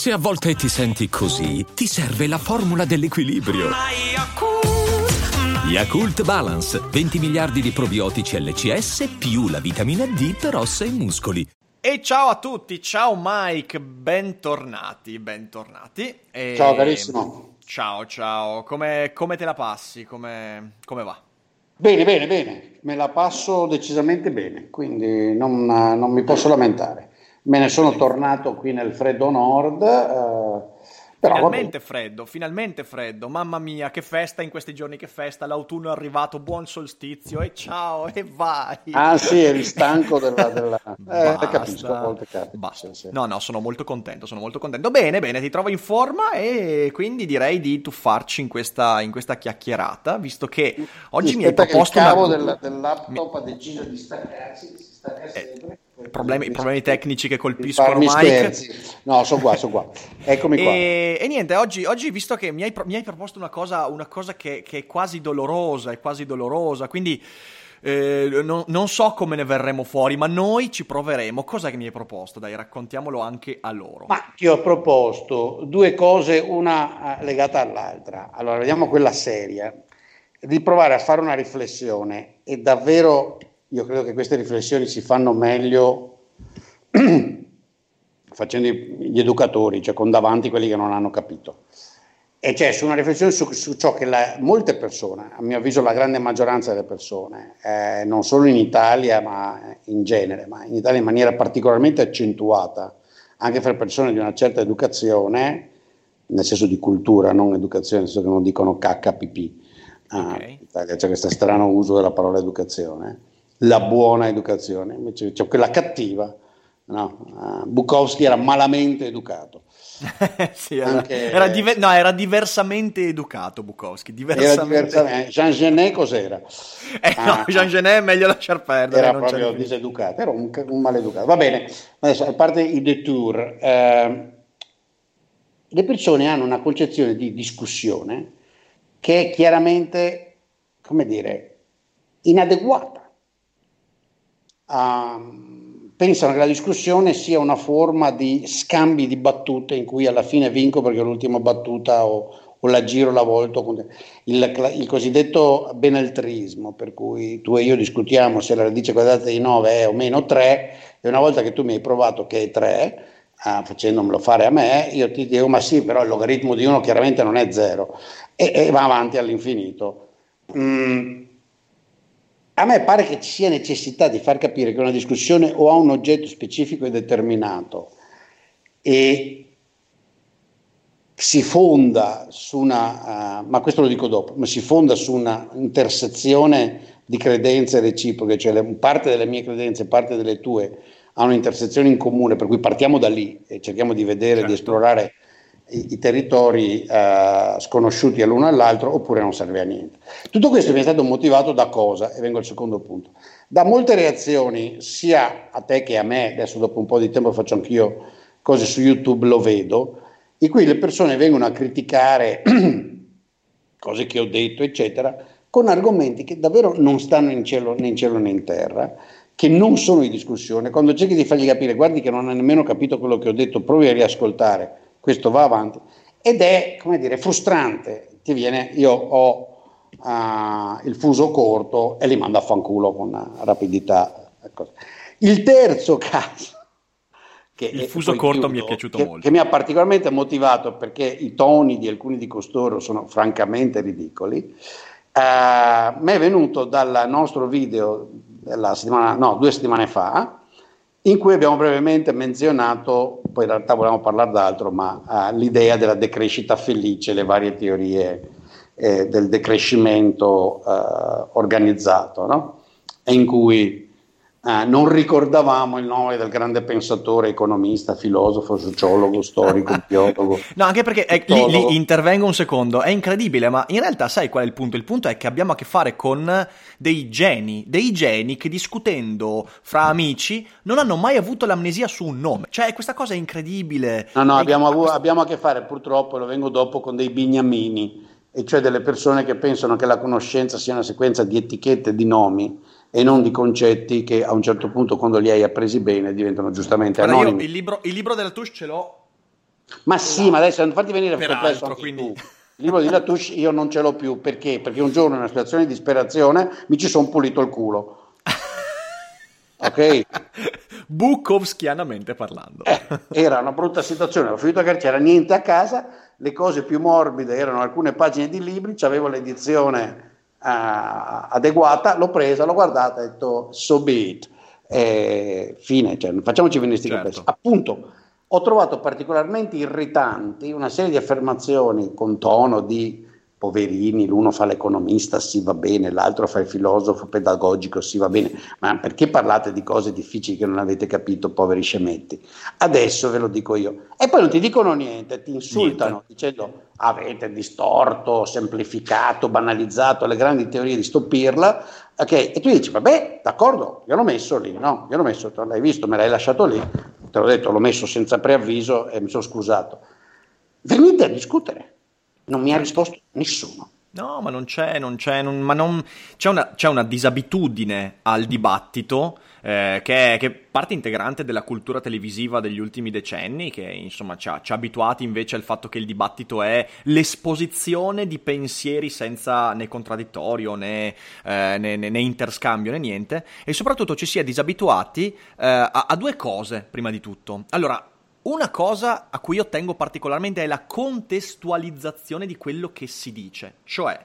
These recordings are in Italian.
Se a volte ti senti così, ti serve la formula dell'equilibrio. Yakult Balance, 20 miliardi di probiotici LCS più la vitamina D per ossa e muscoli. E ciao a tutti, ciao Mike, bentornati. Ciao carissimo. Ciao, come te la passi? Come va? Bene, me la passo decisamente bene, quindi non mi posso lamentare. Me ne sono tornato qui nel freddo nord, però Finalmente freddo, mamma mia, che festa in questi giorni, che festa, l'autunno è arrivato, buon solstizio e ciao e vai. Ah sì, eri stanco della... Basta. Capisco, a volte capita. Basta. Sì. No, sono molto contento. Bene, ti trovo in forma e quindi direi di tuffarci in questa chiacchierata, visto che oggi mi hai proposto il cavo del laptop ha deciso di staccarsi, si stacca sempre. Problemi tecnici che colpiscono Mike. Scherzi. No, sono qua. Eccomi qua. E niente, oggi visto che mi hai proposto una cosa che è quasi dolorosa, quindi non so come ne verremo fuori, ma noi ci proveremo. Cos'è che mi hai proposto? Dai, raccontiamolo anche a loro. Ma ti ho proposto due cose, una legata all'altra. Allora, vediamo quella seria, di provare a fare una riflessione, e davvero io credo che queste riflessioni si fanno meglio facendo gli educatori, cioè con davanti quelli che non hanno capito. E cioè su una riflessione su ciò che molte persone, a mio avviso la grande maggioranza delle persone, non solo in Italia ma in genere, ma in Italia in maniera particolarmente accentuata, anche per persone di una certa educazione, nel senso di cultura, non educazione, nel senso che non dicono cacca, pipì. Okay. C'è questo strano uso della parola educazione, la buona educazione, invece c'è quella cattiva. No, Bukowski era malamente educato. Sì, era diversamente educato Bukowski. Jean Genet cos'era? Jean Genet è meglio lasciar perdere. Era proprio diseducato, era un maleducato. Va bene, adesso a parte i detour, le persone hanno una concezione di discussione che è chiaramente, come dire, inadeguata. Pensano che la discussione sia una forma di scambi di battute in cui alla fine vinco perché l'ultima battuta o la giro, la volto, il cosiddetto benaltrismo, per cui tu e io discutiamo se la radice quadrata di 9 è o meno 3, e una volta che tu mi hai provato che è 3, facendomelo fare a me, io ti dico ma sì, però il logaritmo di 1 chiaramente non è 0, e va avanti all'infinito. A me pare che ci sia necessità di far capire che una discussione o ha un oggetto specifico e determinato e si fonda su ma questo lo dico dopo, ma si fonda su una intersezione di credenze reciproche, cioè parte delle mie credenze e parte delle tue ha un'intersezione in comune, per cui partiamo da lì e cerchiamo di vedere, certo, di esplorare i territori sconosciuti all'uno all'altro, oppure non serve a niente. Tutto questo mi è stato motivato da cosa? E vengo al secondo punto. Da molte reazioni, sia a te che a me, adesso dopo un po' di tempo faccio anch'io cose su YouTube, lo vedo, in cui le persone vengono a criticare cose che ho detto, eccetera, con argomenti che davvero non stanno né in cielo né in terra, che non sono in discussione. Quando cerchi di fargli capire, guardi che non hai nemmeno capito quello che ho detto, provi a riascoltare, questo va avanti, ed è, come dire, frustrante. Io ho il fuso corto e li mando a fanculo con rapidità. Il terzo caso, che il fuso corto mi è piaciuto molto, che mi ha particolarmente motivato perché i toni di alcuni di costoro sono francamente ridicoli, mi è venuto dal nostro video due settimane fa, in cui abbiamo brevemente menzionato, poi in realtà volevamo parlare d'altro, ma l'idea della decrescita felice, le varie teorie del decrescimento organizzato, no? E in cui non ricordavamo il nome del grande pensatore, economista, filosofo, sociologo, storico, biologo. No, anche perché lì intervengo un secondo, è incredibile, ma in realtà sai qual è il punto? Il punto è che abbiamo a che fare con dei geni che discutendo fra amici non hanno mai avuto l'amnesia su un nome. Cioè questa cosa è incredibile. No, abbiamo a che fare, purtroppo, lo vengo dopo, con dei bignamini, e cioè delle persone che pensano che la conoscenza sia una sequenza di etichette, di nomi, e non di concetti che a un certo punto, quando li hai appresi bene, diventano giustamente anonimi. Io il libro della Touche ce l'ho Ma sì, ma adesso non farti venire peraltro, quindi... tu. Il libro di Latouche io non ce l'ho più, perché? Perché un giorno in una situazione di disperazione mi ci sono pulito il culo. Ok? Bukowskianamente parlando. Era una brutta situazione, ho finito che c'era niente a casa, le cose più morbide erano alcune pagine di libri, c'avevo l'edizione adeguata, l'ho presa, l'ho guardata e ho detto so be it. Fine, cioè, facciamoci venire sti capelli. Appunto, ho trovato particolarmente irritanti una serie di affermazioni con tono di poverini, l'uno fa l'economista, sì va bene, l'altro fa il filosofo pedagogico, sì va bene, ma perché parlate di cose difficili che non avete capito, poveri scemetti? Adesso ve lo dico io. E poi non ti dicono niente, ti insultano dicendo avete distorto, semplificato, banalizzato le grandi teorie di sto Pirla, ok? E tu dici vabbè, d'accordo, io l'ho messo lì, no? Io l'ho messo, l'hai visto, me l'hai lasciato lì, te l'ho detto, l'ho messo senza preavviso e mi sono scusato. Venite a discutere. Non mi ha risposto nessuno. No, ma c'è una disabitudine al dibattito che è parte integrante della cultura televisiva degli ultimi decenni, che insomma ci ha abituati invece al fatto che il dibattito è l'esposizione di pensieri senza né contraddittorio né interscambio né niente, e soprattutto ci si è disabituati a due cose prima di tutto. Allora, una cosa a cui io tengo particolarmente è la contestualizzazione di quello che si dice, cioè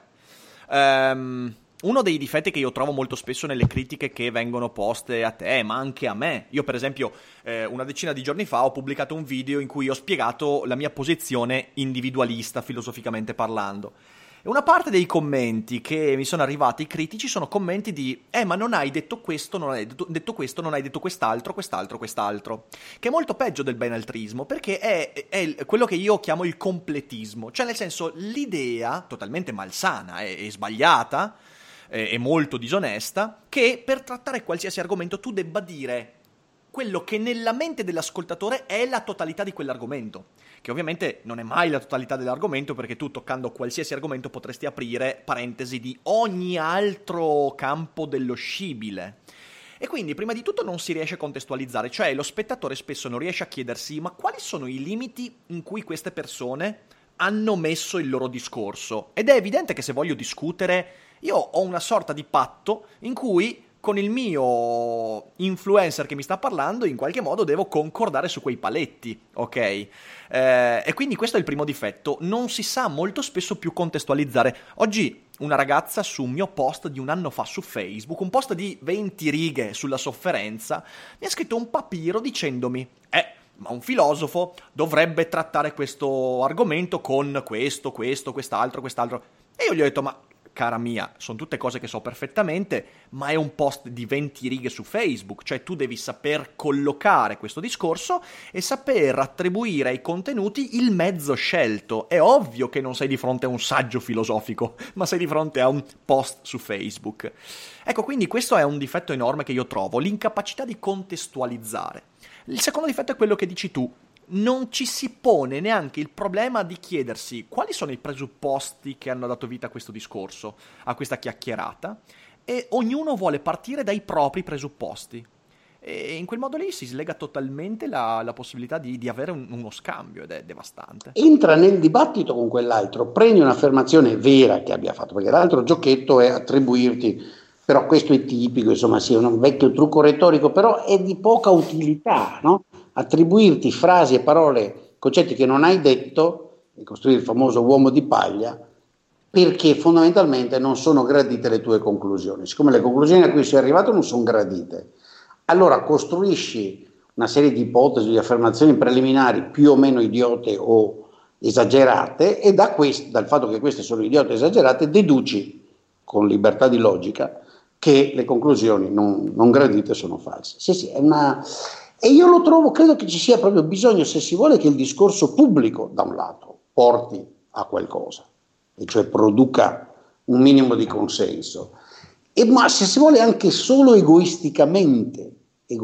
uno dei difetti che io trovo molto spesso nelle critiche che vengono poste a te, ma anche a me. Io per esempio una decina di giorni fa ho pubblicato un video in cui ho spiegato la mia posizione individualista, filosoficamente parlando. E una parte dei commenti che mi sono arrivati critici sono commenti di ma non hai detto questo, non hai detto questo, non hai detto quest'altro, che è molto peggio del benaltrismo, perché è quello che io chiamo il completismo, cioè nel senso l'idea totalmente malsana e sbagliata e molto disonesta che per trattare qualsiasi argomento tu debba dire quello che nella mente dell'ascoltatore è la totalità di quell'argomento, che ovviamente non è mai la totalità dell'argomento, perché tu toccando qualsiasi argomento potresti aprire parentesi di ogni altro campo dello scibile. E quindi prima di tutto non si riesce a contestualizzare, cioè lo spettatore spesso non riesce a chiedersi ma quali sono i limiti in cui queste persone hanno messo il loro discorso. Ed è evidente che se voglio discutere io ho una sorta di patto in cui con il mio influencer che mi sta parlando in qualche modo devo concordare su quei paletti, ok? E quindi questo è il primo difetto, non si sa molto spesso più contestualizzare. Oggi una ragazza su un mio post di un anno fa su Facebook, un post di 20 righe sulla sofferenza, mi ha scritto un papiro dicendomi ma un filosofo dovrebbe trattare questo argomento con questo, quest'altro. E io gli ho detto ma cara mia, sono tutte cose che so perfettamente, ma è un post di 20 righe su Facebook, cioè tu devi saper collocare questo discorso e saper attribuire ai contenuti il mezzo scelto. È ovvio che non sei di fronte a un saggio filosofico, ma sei di fronte a un post su Facebook. Ecco, quindi questo è un difetto enorme che io trovo, l'incapacità di contestualizzare. Il secondo difetto è quello che dici tu. Non ci si pone neanche il problema di chiedersi quali sono i presupposti che hanno dato vita a questo discorso, a questa chiacchierata, e ognuno vuole partire dai propri presupposti. E in quel modo lì si slega totalmente la possibilità di avere uno scambio, ed è devastante. Entra nel dibattito con quell'altro, prendi un'affermazione vera che abbia fatto, perché l'altro giochetto è attribuirti, però questo è tipico, insomma sì, è un vecchio trucco retorico, però è di poca utilità, no? Attribuirti frasi e parole, concetti che non hai detto, e costruire il famoso uomo di paglia, perché fondamentalmente non sono gradite le tue conclusioni. Siccome le conclusioni a cui sei arrivato non sono gradite, allora costruisci una serie di ipotesi, di affermazioni preliminari più o meno idiote o esagerate, e dal fatto che queste sono idiote o esagerate deduci con libertà di logica che le conclusioni non gradite sono false. Sì, è una... E io lo trovo, credo che ci sia proprio bisogno, se si vuole, che il discorso pubblico, da un lato, porti a qualcosa, e cioè produca un minimo di consenso, ma se si vuole anche solo egoisticamente,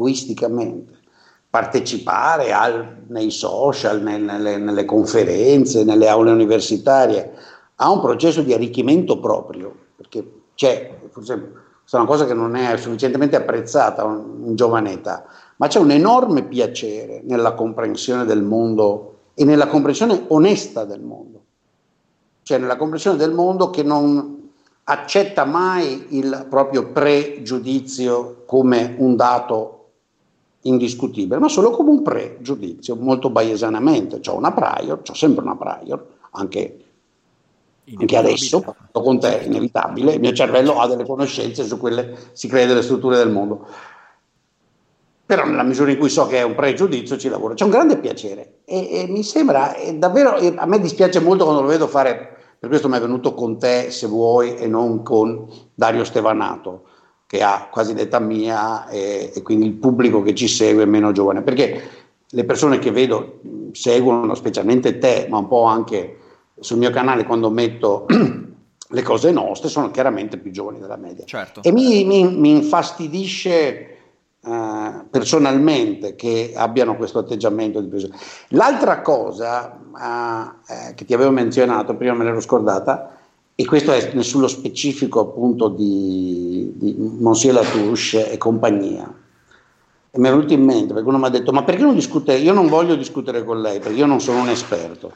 partecipare nei social, nelle conferenze, nelle aule universitarie, a un processo di arricchimento proprio, perché c'è, forse è una cosa che non è sufficientemente apprezzata in giovane età, ma c'è un enorme piacere nella comprensione del mondo e nella comprensione onesta del mondo, cioè nella comprensione del mondo che non accetta mai il proprio pregiudizio come un dato indiscutibile, ma solo come un pregiudizio, molto bayesianamente. C'ho sempre una prior, anche adesso, parlando con te, è inevitabile, il mio cervello ha delle conoscenze, su quelle si crea delle strutture del mondo. Però nella misura in cui so che è un pregiudizio ci lavoro. C'è un grande piacere e mi sembra davvero, a me dispiace molto quando lo vedo fare, per questo mi è venuto con te, se vuoi, e non con Dario Stevanato, che ha quasi l'età mia e quindi il pubblico che ci segue è meno giovane, perché le persone che vedo seguono, specialmente te, ma un po' anche sul mio canale quando metto le cose nostre, sono chiaramente più giovani della media. Certo. E mi infastidisce personalmente che abbiano questo atteggiamento di presa. L'altra cosa che ti avevo menzionato, prima me l'ero scordata, e questo è sullo specifico appunto di Monsieur Latouche e compagnia. E mi è venuto in mente perché uno mi ha detto: ma perché non discute? Io non voglio discutere con lei perché io non sono un esperto.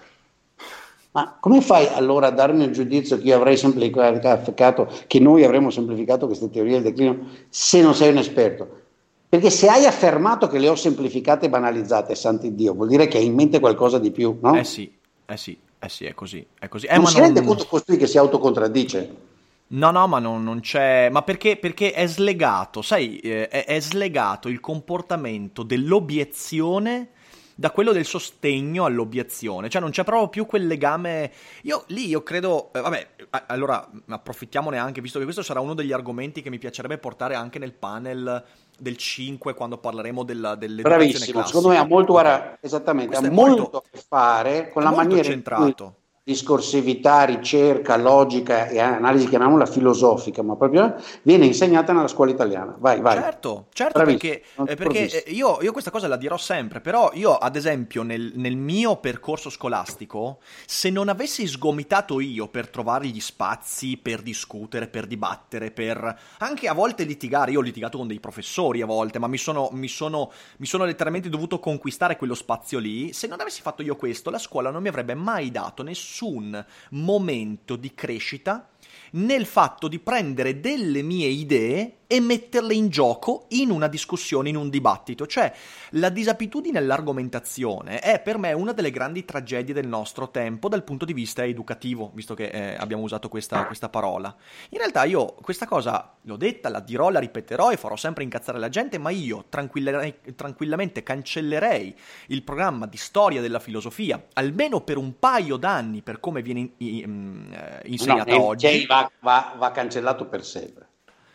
Ma come fai allora a darmi un giudizio che io avrei semplificato, che noi avremmo semplificato queste teorie del declino, se non sei un esperto? Perché se hai affermato che le ho semplificate e banalizzate, santi Dio, vuol dire che hai in mente qualcosa di più, no? Sì, è così. Non si rende conto costui che si autocontraddice? No, ma non c'è. Ma perché è slegato, sai, è slegato il comportamento dell'obiezione da quello del sostegno all'obiezione, cioè non c'è proprio più quel legame. Io credo, vabbè, allora approfittiamone anche, visto che questo sarà uno degli argomenti che mi piacerebbe portare anche nel panel del 5 quando parleremo dell'educazione bravissimo, classica. Secondo me ha molto, guarda, esattamente, ha molto a che fare con la maniera centrato. In cui discorsività, ricerca, logica e analisi, chiamiamola filosofica, ma proprio viene insegnata nella scuola italiana. Vai. Certo, perché io questa cosa la dirò sempre, però io ad esempio nel mio percorso scolastico, se non avessi sgomitato io per trovare gli spazi per discutere, per dibattere, per anche a volte litigare, io ho litigato con dei professori a volte, ma mi sono letteralmente dovuto conquistare quello spazio lì. Se non avessi fatto io questo, la scuola non mi avrebbe mai dato nessun momento di crescita nel fatto di prendere delle mie idee e metterle in gioco in una discussione, in un dibattito. Cioè, la disabitudine all'argomentazione è per me una delle grandi tragedie del nostro tempo dal punto di vista educativo, visto che abbiamo usato questa parola. In realtà io questa cosa l'ho detta, la dirò, la ripeterò e farò sempre incazzare la gente, ma io tranquillamente cancellerei il programma di storia della filosofia, almeno per un paio d'anni, per come viene insegnata oggi. Va cancellato per sempre.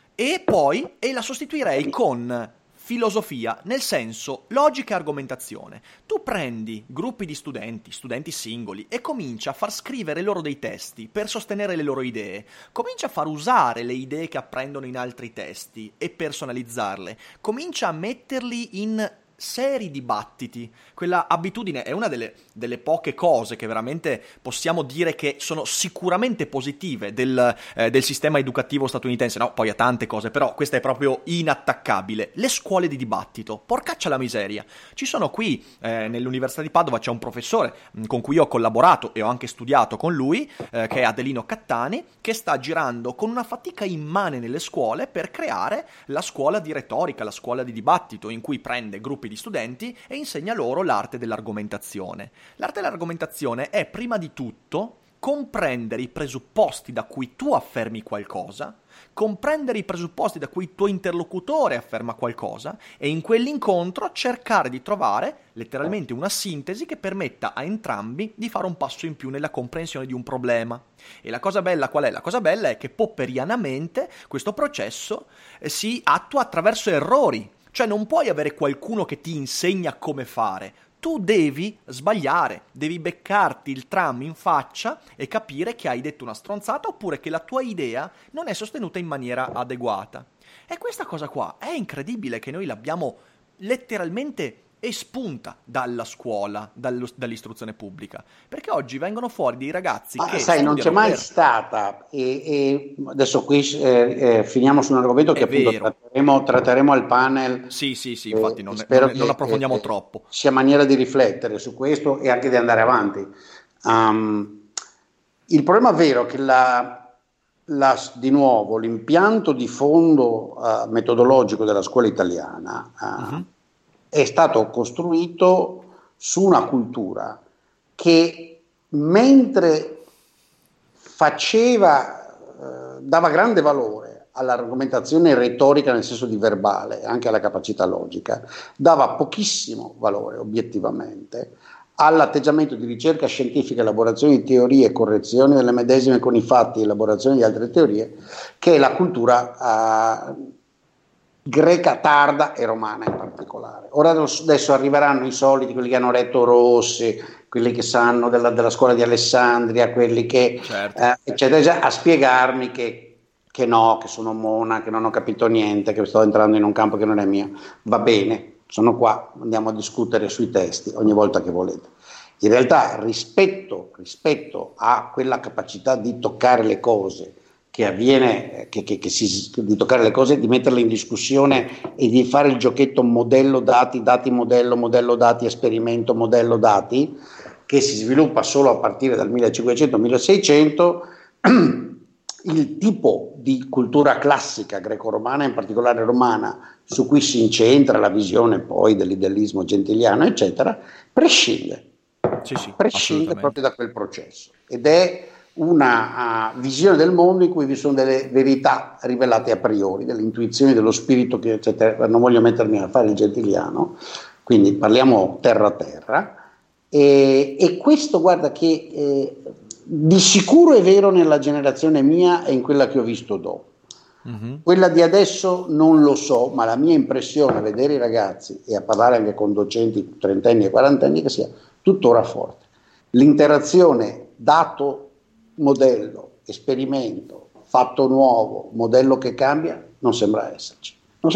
E la sostituirei con filosofia, nel senso logica e argomentazione. Tu prendi gruppi di studenti singoli, e comincia a far scrivere loro dei testi per sostenere le loro idee. Comincia a far usare le idee che apprendono in altri testi e personalizzarle. Comincia a metterli in seri dibattiti. Quella abitudine è una delle poche cose che veramente possiamo dire che sono sicuramente positive del sistema educativo statunitense. No, poi ha tante cose, però questa è proprio inattaccabile. Le scuole di dibattito, porcaccia la miseria. Ci sono qui nell'Università di Padova, c'è un professore con cui ho collaborato e ho anche studiato con lui, che è Adelino Cattani, che sta girando con una fatica immane nelle scuole per creare la scuola di retorica, la scuola di dibattito, in cui prende gruppi di studenti e insegna loro l'arte dell'argomentazione. L'arte dell'argomentazione è prima di tutto comprendere i presupposti da cui tu affermi qualcosa, comprendere i presupposti da cui il tuo interlocutore afferma qualcosa e in quell'incontro cercare di trovare letteralmente una sintesi che permetta a entrambi di fare un passo in più nella comprensione di un problema. E la cosa bella qual è? La cosa bella è che popperianamente questo processo si attua attraverso errori. Cioè non puoi avere qualcuno che ti insegna come fare, tu devi sbagliare, devi beccarti il tram in faccia e capire che hai detto una stronzata oppure che la tua idea non è sostenuta in maniera adeguata. E questa cosa qua è incredibile che noi l'abbiamo letteralmente e spunta dalla scuola, dall'istruzione pubblica, perché oggi vengono fuori dei ragazzi che sai, non c'è mai stata, e adesso qui finiamo su un argomento che appunto tratteremo al panel. Sì, infatti non approfondiamo troppo. Sia maniera di riflettere su questo e anche di andare avanti. Il problema vero è che di nuovo l'impianto di fondo metodologico della scuola italiana è stato costruito su una cultura che, mentre dava grande valore all'argomentazione retorica nel senso di verbale, anche alla capacità logica, dava pochissimo valore obiettivamente all'atteggiamento di ricerca scientifica, elaborazione di teorie, correzione delle medesime con i fatti, elaborazione di altre teorie, che è la cultura greca tarda e romana in particolare. Ora adesso arriveranno i soliti, quelli che hanno letto Rossi, quelli che sanno della scuola di Alessandria, quelli che eccetera, a spiegarmi che no, che sono mona, che non ho capito niente, che sto entrando in un campo che non è mio. Va bene, sono qua, andiamo a discutere sui testi ogni volta che volete. In realtà rispetto a quella capacità di toccare le cose che avviene, di toccare le cose, di metterle in discussione e di fare il giochetto modello dati, modello dati, esperimento, modello dati, che si sviluppa solo a partire dal 1500-1600, il tipo di cultura classica greco-romana, in particolare romana, su cui si incentra la visione poi dell'idealismo gentiliano, eccetera, prescinde proprio da quel processo, ed è una visione del mondo in cui vi sono delle verità rivelate a priori, delle intuizioni dello spirito, che eccetera. Non voglio mettermi a fare il gentiliano, quindi parliamo terra a terra, e questo, guarda, che di sicuro è vero nella generazione mia e in quella che ho visto dopo. Quella di adesso non lo so, ma la mia impressione a vedere i ragazzi e a parlare anche con docenti trentenni e quarantenni, che sia tuttora forte. L'interazione dato, modello, esperimento, fatto nuovo, modello che cambia, non sembra esserci.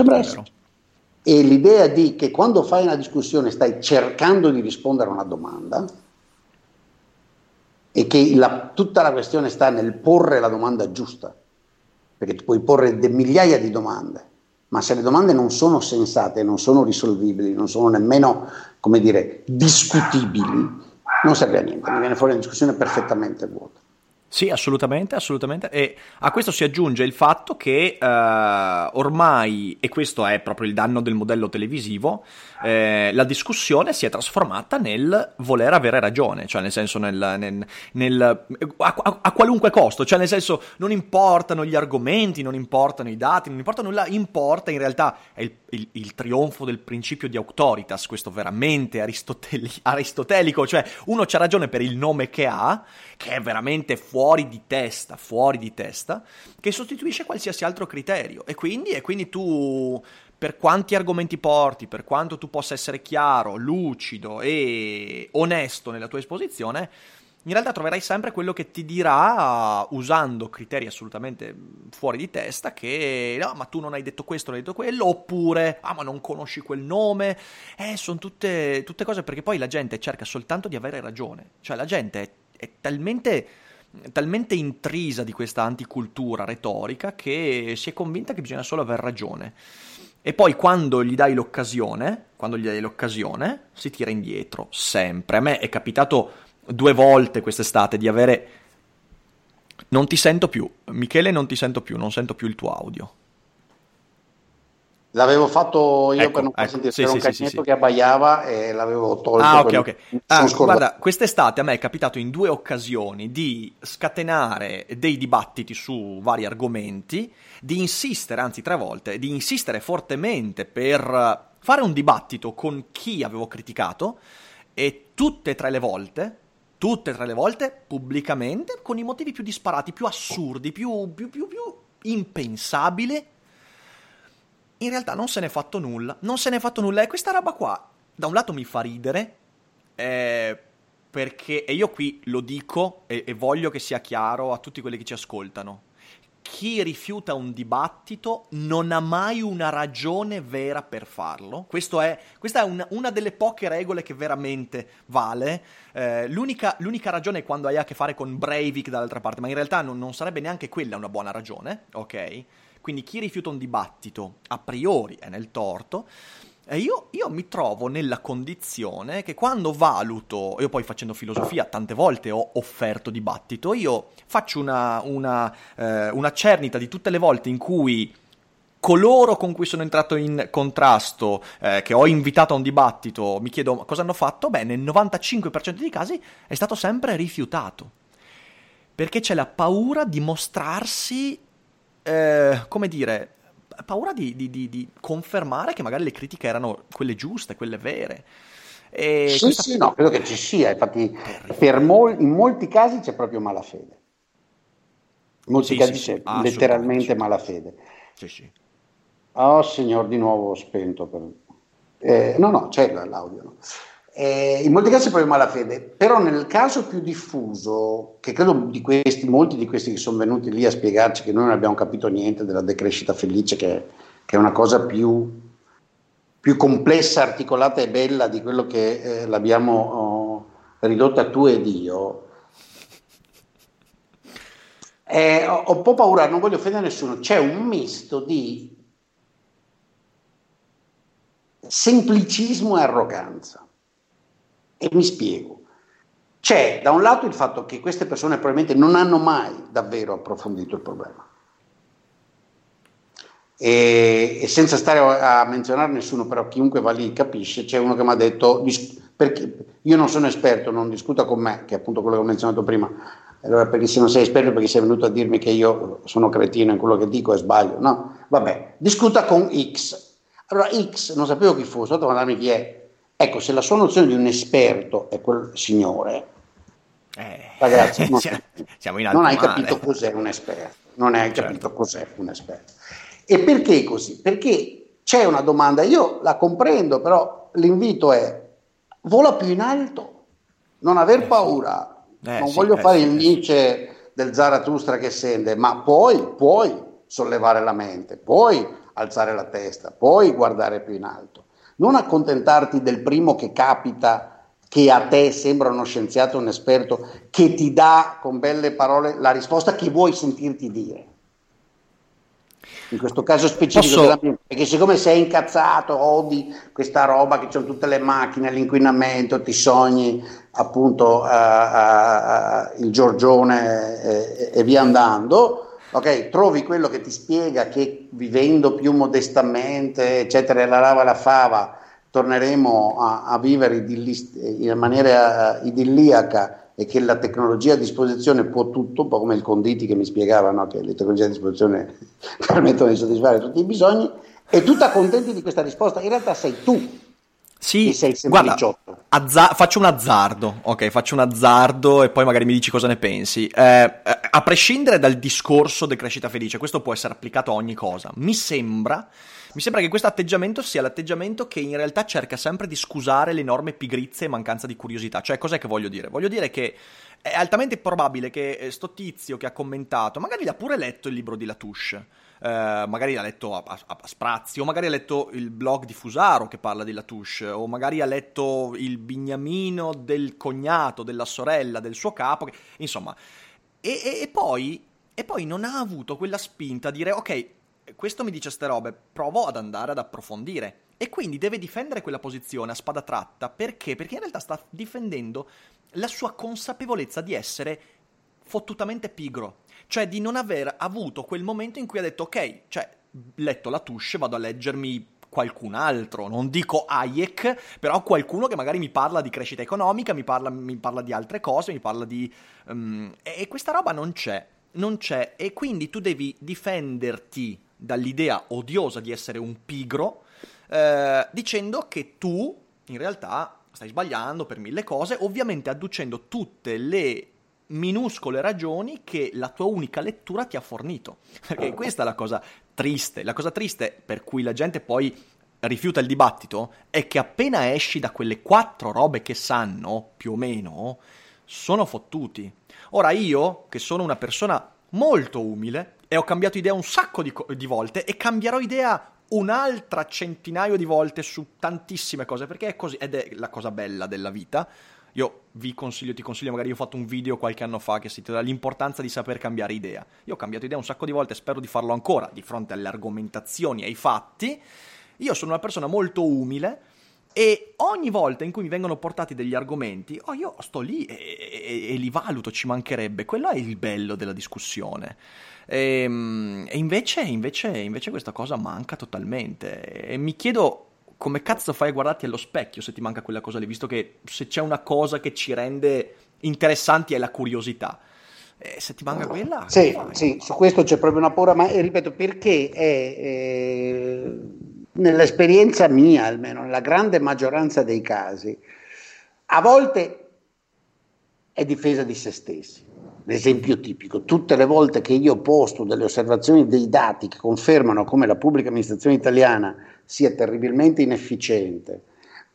E l'idea di che quando fai una discussione stai cercando di rispondere a una domanda, e che tutta la questione sta nel porre la domanda giusta, perché tu puoi porre migliaia di domande, ma se le domande non sono sensate, non sono risolvibili, non sono nemmeno, come dire, discutibili, non serve a niente, mi viene fuori una discussione perfettamente vuota. Sì, assolutamente, e a questo si aggiunge il fatto che ormai, e questo è proprio il danno del modello televisivo, la discussione si è trasformata nel voler avere ragione, cioè nel senso a qualunque costo, cioè nel senso non importano gli argomenti, non importano i dati, non importa nulla, importa in realtà è il trionfo del principio di auctoritas, questo veramente aristotelico, cioè uno c'ha ragione per il nome che ha, che è veramente fuori di testa, che sostituisce qualsiasi altro criterio, e quindi tu, per quanti argomenti porti, per quanto tu possa essere chiaro, lucido e onesto nella tua esposizione, in realtà troverai sempre quello che ti dirà, usando criteri assolutamente fuori di testa, che no, ma tu non hai detto questo, non hai detto quello, oppure ma non conosci quel nome. Sono tutte cose, perché poi la gente cerca soltanto di avere ragione, cioè la gente è talmente intrisa di questa anticultura retorica che si è convinta che bisogna solo aver ragione, e poi quando gli dai l'occasione si tira indietro, sempre. A me è capitato 2 volte quest'estate di avere... Non ti sento più, Michele, non sento più il tuo audio. L'avevo fatto io, per non far sentire, c'era un cagnetto che abbaiava e l'avevo tolto. Ok. Guarda, quest'estate a me è capitato in 2 occasioni di scatenare dei dibattiti su vari argomenti, di insistere, anzi 3 volte, di insistere fortemente per fare un dibattito con chi avevo criticato, e tutte e tre le volte pubblicamente, con i motivi più disparati, più assurdi, più impensabili. In realtà non se n'è fatto nulla, e questa roba qua da un lato mi fa ridere, perché, e io qui lo dico e voglio che sia chiaro a tutti quelli che ci ascoltano, chi rifiuta un dibattito non ha mai una ragione vera per farlo. Questa è una delle poche regole che veramente vale. L'unica ragione è quando hai a che fare con Breivik dall'altra parte, ma in realtà non sarebbe neanche quella una buona ragione, ok? Quindi chi rifiuta un dibattito a priori è nel torto. E io mi trovo nella condizione che quando valuto, io poi facendo filosofia tante volte ho offerto dibattito, io faccio una cernita di tutte le volte in cui coloro con cui sono entrato in contrasto, che ho invitato a un dibattito, mi chiedo cosa hanno fatto. Beh, nel 95% dei casi è stato sempre rifiutato, perché c'è la paura di mostrarsi, come dire, paura di confermare che magari le critiche erano quelle giuste, quelle vere. E sì, no, credo che ci sia, infatti in molti casi c'è proprio malafede. In molti casi c'è letteralmente malafede. Sì. Oh signor, di nuovo ho spento. No, c'è l'audio. No? In molti casi è proprio malafede, però nel caso più diffuso, che credo molti di questi che sono venuti lì a spiegarci che noi non abbiamo capito niente della decrescita felice, che è una cosa più complessa, articolata e bella di quello che l'abbiamo ridotta tu ed io. Ho un po' paura, non voglio offendere nessuno, c'è un misto di semplicismo e arroganza. E mi spiego. C'è da un lato il fatto che queste persone probabilmente non hanno mai davvero approfondito il problema. E senza stare a menzionare nessuno, però chiunque va lì capisce, c'è uno che mi ha detto, perché io non sono esperto, non discuta con me, che è appunto quello che ho menzionato prima. Allora, perché se non sei esperto, perché sei venuto a dirmi che io sono cretino in quello che dico e sbaglio? No, vabbè, discuta con X. Allora X, non sapevo chi fosse, ho dovuto domandarmi chi è. Ecco, se la sua nozione di un esperto è quel signore, ragazzi, non hai capito cos'è un esperto, non hai capito cos'è un esperto. E perché così? Perché c'è una domanda, io la comprendo, però l'invito è: vola più in alto, non aver paura, non voglio fare il Nietzsche del Zarathustra che scende, ma puoi sollevare la mente, puoi alzare la testa, puoi guardare più in alto. Non accontentarti del primo che capita, che a te sembra uno scienziato, un esperto, che ti dà con belle parole la risposta che vuoi sentirti dire. In questo caso specifico perché siccome sei incazzato, odi questa roba che c'hanno tutte le macchine, l'inquinamento, ti sogni appunto il Giorgione e via andando. Ok, trovi quello che ti spiega che vivendo più modestamente, eccetera, la lava e la fava, torneremo a vivere in maniera idilliaca e che la tecnologia a disposizione può tutto, un po' come il Conditi che mi spiegava, no? Che le tecnologie a disposizione permettono di soddisfare tutti i bisogni, e tu ti accontenti di questa risposta. In realtà sei tu. Sì, guarda, faccio un azzardo e poi magari mi dici cosa ne pensi. A prescindere dal discorso di crescita felice, questo può essere applicato a ogni cosa. Mi sembra che questo atteggiamento sia l'atteggiamento che in realtà cerca sempre di scusare l'enorme pigrizia e mancanza di curiosità. Cioè, cos'è che voglio dire? Voglio dire che è altamente probabile che sto tizio che ha commentato, magari l'ha pure letto il libro di Latouche, magari ha letto a sprazzi, o magari ha letto il blog di Fusaro che parla di Latouche, o magari ha letto il bignamino del cognato, della sorella, del suo capo, insomma. E poi non ha avuto quella spinta a dire: ok, questo mi dice ste robe, provo ad andare ad approfondire. E quindi deve difendere quella posizione a spada tratta. Perché? Perché in realtà sta difendendo la sua consapevolezza di essere fottutamente pigro. Cioè di non aver avuto quel momento in cui ha detto: ok, cioè, letto Latouche, vado a leggermi qualcun altro. Non dico Hayek, però qualcuno che magari mi parla di crescita economica, mi parla di altre cose, mi parla di... e questa roba non c'è. E quindi tu devi difenderti dall'idea odiosa di essere un pigro, dicendo che tu in realtà stai sbagliando per mille cose, ovviamente adducendo tutte le minuscole ragioni che la tua unica lettura ti ha fornito. Perché questa è la cosa triste. La cosa triste per cui la gente poi rifiuta il dibattito è che appena esci da quelle 4 robe che sanno, più o meno, sono fottuti. Ora io, che sono una persona molto umile, e ho cambiato idea un sacco di volte e cambierò idea un'altra centinaio di volte su tantissime cose, perché è così, ed è la cosa bella della vita. Io ti consiglio, magari io ho fatto un video qualche anno fa che si intitola l'importanza di saper cambiare idea. Io ho cambiato idea un sacco di volte e spero di farlo ancora di fronte alle argomentazioni e ai fatti. Io sono una persona molto umile e ogni volta in cui mi vengono portati degli argomenti, io sto lì e li valuto, ci mancherebbe. Quello è il bello della discussione. E invece questa cosa manca totalmente. E mi chiedo come cazzo fai a guardarti allo specchio se ti manca quella cosa lì, visto che se c'è una cosa che ci rende interessanti è la curiosità. Se ti manca quella... Sì, su questo c'è proprio una paura, ma ripeto, perché nell'esperienza mia, almeno nella grande maggioranza dei casi, a volte è difesa di se stessi. L'esempio tipico: tutte le volte che io posto delle osservazioni, dei dati che confermano come la pubblica amministrazione italiana sia terribilmente inefficiente,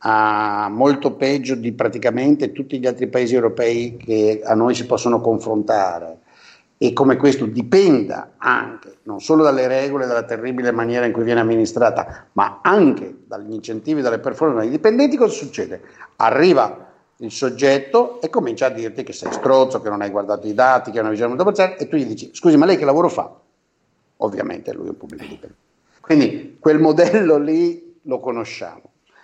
molto peggio di praticamente tutti gli altri paesi europei che a noi si possono confrontare, e come questo dipenda anche non solo dalle regole, dalla terribile maniera in cui viene amministrata, ma anche dagli incentivi, dalle performance dei dipendenti, cosa succede? Arriva il soggetto e comincia a dirti che sei strozzo, che non hai guardato i dati, che hai una visione molto parziale, e tu gli dici: scusi, ma lei che lavoro fa? Ovviamente lui è un pubblico dipendente. Quindi quel modello lì lo conosciamo.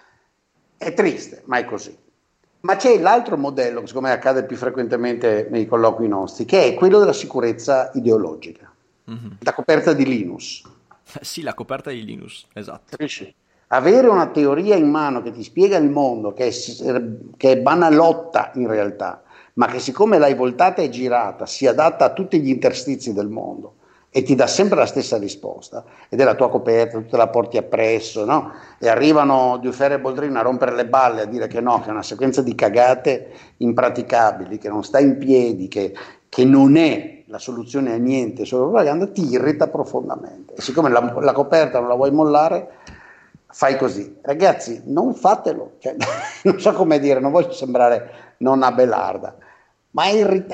È triste, ma è così. Ma c'è l'altro modello, che secondo me accade più frequentemente nei colloqui nostri, che è quello della sicurezza ideologica, la coperta di Linus. Sì, la coperta di Linus, esatto. Capisci? Avere una teoria in mano che ti spiega il mondo, che è banalotta in realtà, ma che siccome l'hai voltata e girata si adatta a tutti gli interstizi del mondo e ti dà sempre la stessa risposta, ed è la tua coperta, tu te la porti appresso, no? E arrivano Dufer e Boldrin a rompere le balle, a dire che no, che è una sequenza di cagate impraticabili, che non sta in piedi, che non è la soluzione a niente, solo propaganda, ti irrita profondamente. E siccome la coperta non la vuoi mollare, fai così. Ragazzi, non fatelo, cioè, non so come dire, non voglio sembrare nonna Belarda, ma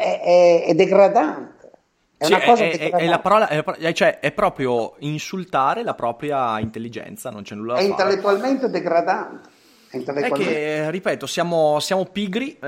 è degradante. È sì, una cosa è la parola, cioè è proprio insultare la propria intelligenza, non c'è nulla da fare. È intellettualmente degradante. È che, ripeto, siamo pigri,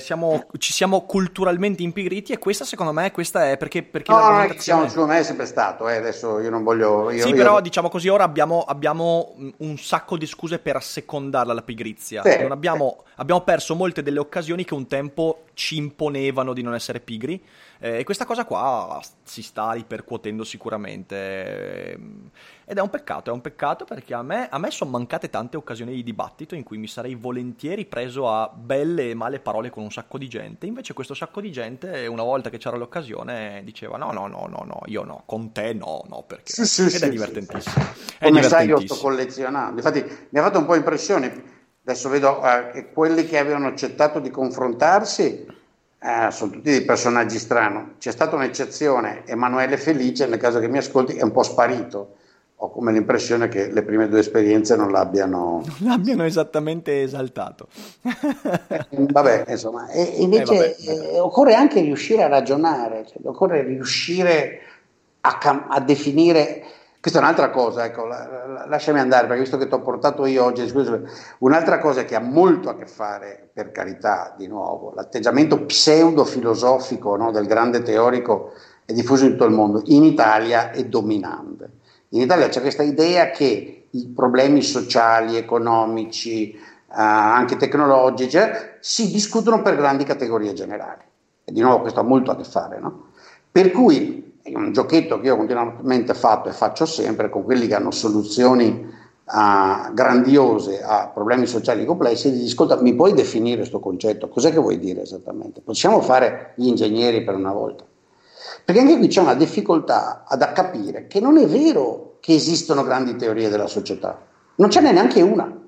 ci siamo culturalmente impigriti, e questa secondo me è perché no, non è che secondo me è sempre stato, adesso io non voglio... Però diciamo così, ora abbiamo un sacco di scuse per assecondarla la pigrizia. Sì, abbiamo perso molte delle occasioni che un tempo ci imponevano di non essere pigri, e questa cosa qua si sta ripercuotendo sicuramente, ed è un peccato perché a me sono mancate tante occasioni di dibattito in cui mi sarei volentieri preso a belle e male parole con un sacco di gente. Invece questo sacco di gente, una volta che c'era l'occasione, diceva no, io no, con te no, perché è divertentissimo. Come sai, io sto collezionando, infatti mi ha fatto un po' impressione, adesso vedo che quelli che avevano accettato di confrontarsi sono tutti dei personaggi strani. C'è stata un'eccezione, Emanuele Felice, nel caso che mi ascolti, è un po' sparito. Ho come l'impressione che le prime due esperienze non l'abbiano esattamente esaltato. Vabbè, insomma, e invece occorre anche riuscire a ragionare, cioè, occorre riuscire a definire. Questa è un'altra cosa, ecco, lasciami andare, perché visto che ti ho portato io oggi, scusa, un'altra cosa che ha molto a che fare, per carità, di nuovo, l'atteggiamento pseudo-filosofico, no, del grande teorico è diffuso in tutto il mondo, in Italia è dominante. In Italia c'è questa idea che i problemi sociali, economici, anche tecnologici, si discutono per grandi categorie generali. E di nuovo questo ha molto a che fare, no? Per cui è un giochetto che io ho continuamente fatto e faccio sempre con quelli che hanno soluzioni grandiose a problemi sociali complessi, e gli dico: ascolta, mi puoi definire questo concetto? Cos'è che vuoi dire esattamente? Possiamo fare gli ingegneri per una volta? Perché anche qui c'è una difficoltà ad capire che non è vero che esistono grandi teorie della società, non ce n'è neanche una.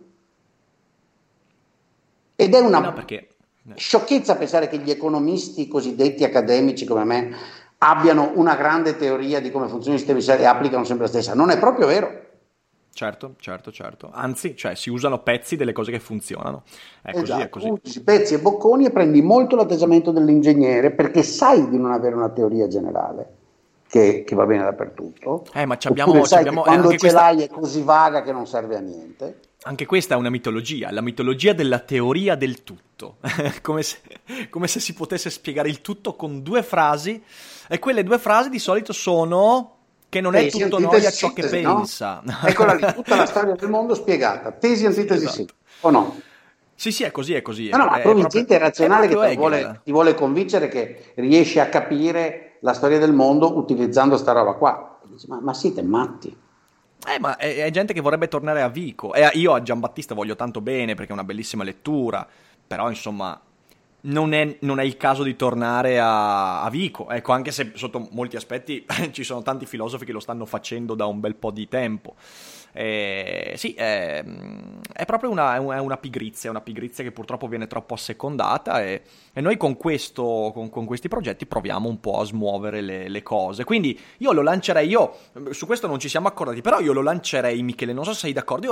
Ed è una sciocchezza pensare che gli economisti cosiddetti accademici come me abbiano una grande teoria di come funzionano i sistemi sociali e applicano sempre la stessa. Non è proprio vero. Certo. Anzi, cioè, si usano pezzi delle cose che funzionano. È così, esatto. è così. Usi pezzi e bocconi e prendi molto l'atteggiamento dell'ingegnere perché sai di non avere una teoria generale. che va bene dappertutto. Ma quando ce l'hai è così vaga che non serve a niente. Anche questa è una mitologia, la mitologia della teoria del tutto, come se si potesse spiegare il tutto con 2 frasi, e quelle 2 frasi di solito sono che non è tutto noi a ciò che pensa. No? Eccola lì, tutta la storia del mondo spiegata, tesi, antitesi, esatto. Sì, o no? Sì, è così. No, ma proprio gente razionale che ti vuole convincere che riesci a capire la storia del mondo utilizzando sta roba qua. Ma siete matti? Ma è gente che vorrebbe tornare a Vico. Io a Giambattista voglio tanto bene perché è una bellissima lettura, però insomma non è il caso di tornare a Vico. Ecco, anche se sotto molti aspetti ci sono tanti filosofi che lo stanno facendo da un bel po' di tempo. Sì, è proprio una pigrizia che purtroppo viene troppo assecondata, e noi con questi progetti proviamo un po' a smuovere le cose. Quindi io lo lancerei, su questo non ci siamo accordati, però io lo lancerei, Michele, non so se sei d'accordo,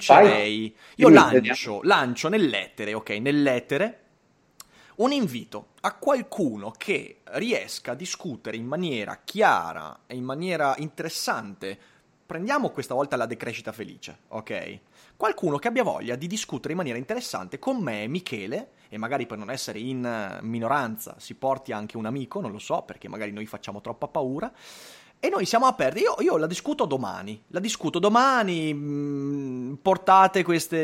lancio nell'etere, ok, nell'etere un invito a qualcuno che riesca a discutere in maniera chiara e in maniera interessante. Prendiamo questa volta la decrescita felice, ok? Qualcuno che abbia voglia di discutere in maniera interessante con me e Michele, e magari per non essere in minoranza si porti anche un amico, non lo so, perché magari noi facciamo troppa paura, e noi siamo aperti. Io la discuto domani, portate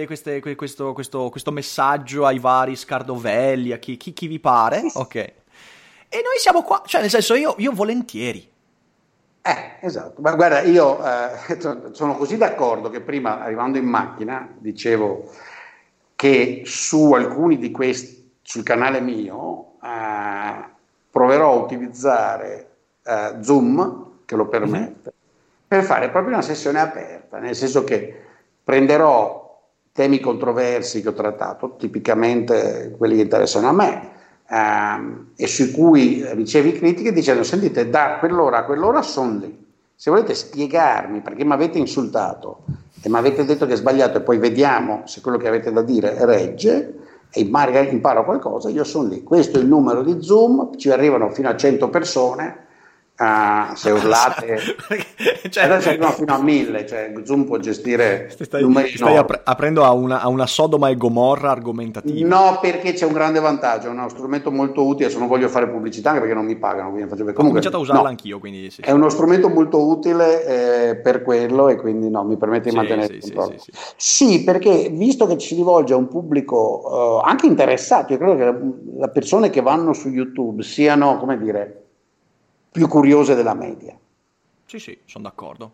questo messaggio ai vari Scardovelli, a chi vi pare, ok? E noi siamo qua, cioè nel senso io volentieri. Esatto, ma guarda, io sono così d'accordo che prima, arrivando in macchina, dicevo che su alcuni di questi, sul canale mio, proverò a utilizzare Zoom, che lo permette, per fare proprio una sessione aperta, nel senso che prenderò temi controversi che ho trattato, tipicamente quelli che interessano a me, e sui cui ricevi critiche dicendo: sentite, da quell'ora a quell'ora sono lì, se volete spiegarmi perché mi avete insultato e mi avete detto che è sbagliato, e poi vediamo se quello che avete da dire regge e magari imparo qualcosa, io sono lì. Questo è il numero di Zoom, ci arrivano fino a 100 persone. Se urlate, adesso arrivano fino a 1000, cioè Zoom può gestire numeri. Stai aprendo a una Sodoma e Gomorra argomentativa. No, perché c'è un grande vantaggio, è uno strumento molto utile. Se non voglio fare pubblicità, anche perché non mi pagano, quindi comunque, ho cominciato a usarla anch'io, quindi sì. È uno strumento molto utile per quello, e quindi mi permette di mantenere il controllo. Sì, perché visto che ci si rivolge a un pubblico anche interessato, io credo che le persone che vanno su YouTube siano, come dire, più curiose della media. Sì, sono d'accordo.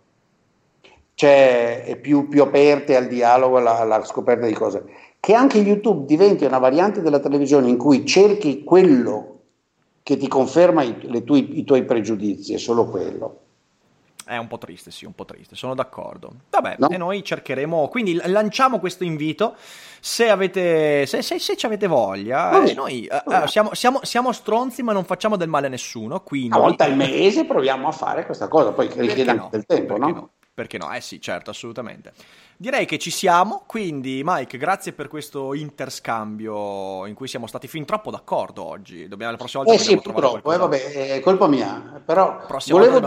Cioè, più aperte al dialogo, alla scoperta di cose. Che anche YouTube diventi una variante della televisione in cui cerchi quello che ti conferma i tuoi pregiudizi, è solo quello. È un po' triste, sì, un po' triste, sono d'accordo. Vabbè, no? E noi cercheremo, quindi lanciamo questo invito, se ci avete voglia, noi siamo stronzi ma non facciamo del male a nessuno, quindi... Una volta al mese proviamo a fare questa cosa, poi richiede anche del tempo, no? Perché no? Sì, certo, assolutamente. Direi che ci siamo, quindi Mike, grazie per questo interscambio in cui siamo stati fin troppo d'accordo oggi. La prossima volta sì, purtroppo, vabbè, è colpa mia, però volevo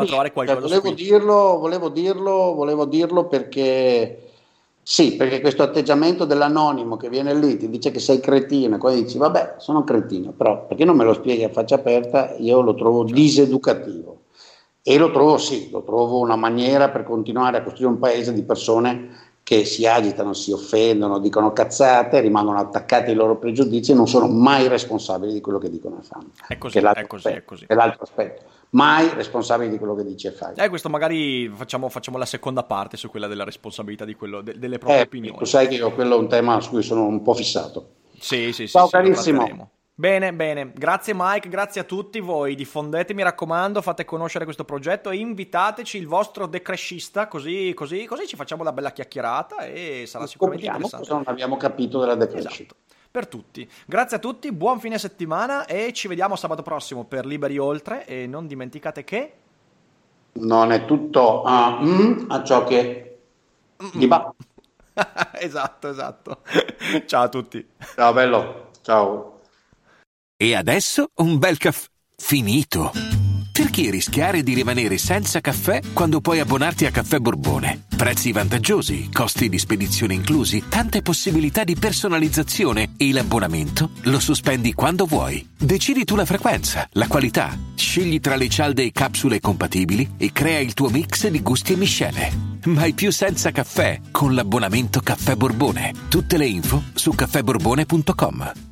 dirlo perché sì, perché questo atteggiamento dell'anonimo che viene lì, ti dice che sei cretino, e poi dici vabbè, sono cretino, però perché non me lo spieghi a faccia aperta? Io lo trovo diseducativo. E lo trovo una maniera per continuare a costruire un paese di persone che si agitano, si offendono, dicono cazzate, rimangono attaccati ai loro pregiudizi e non sono mai responsabili di quello che dicono e fanno. È così. È l'altro aspetto. Mai responsabili di quello che dici e fai. Questo magari facciamo la seconda parte su quella della responsabilità di quello delle proprie opinioni. Tu sai che io quello è un tema su cui sono un po' fissato. Sì. Ciao carissimo. Bene, grazie Mike, grazie a tutti voi, diffondete, mi raccomando, fate conoscere questo progetto e invitateci il vostro decrescista, così ci facciamo una bella chiacchierata e sarà sicuramente interessante. Cosa non abbiamo capito della decrescita. Esatto. Per tutti, grazie a tutti, buon fine settimana e ci vediamo sabato prossimo per Liberi Oltre, e non dimenticate che non è tutto a ciò che gli va. Esatto. Ciao a tutti. Ciao bello, ciao. E adesso un bel caffè finito. Perché Perché rischiare di rimanere senza caffè quando puoi abbonarti a Caffè Borbone? Prezzi vantaggiosi, costi di spedizione inclusi, tante possibilità di personalizzazione e l'abbonamento lo sospendi quando vuoi. Decidi tu la frequenza, la qualità, scegli tra le cialde e capsule compatibili e crea il tuo mix di gusti e miscele. Mai più senza caffè con l'abbonamento Caffè Borbone. Tutte le info su caffèborbone.com.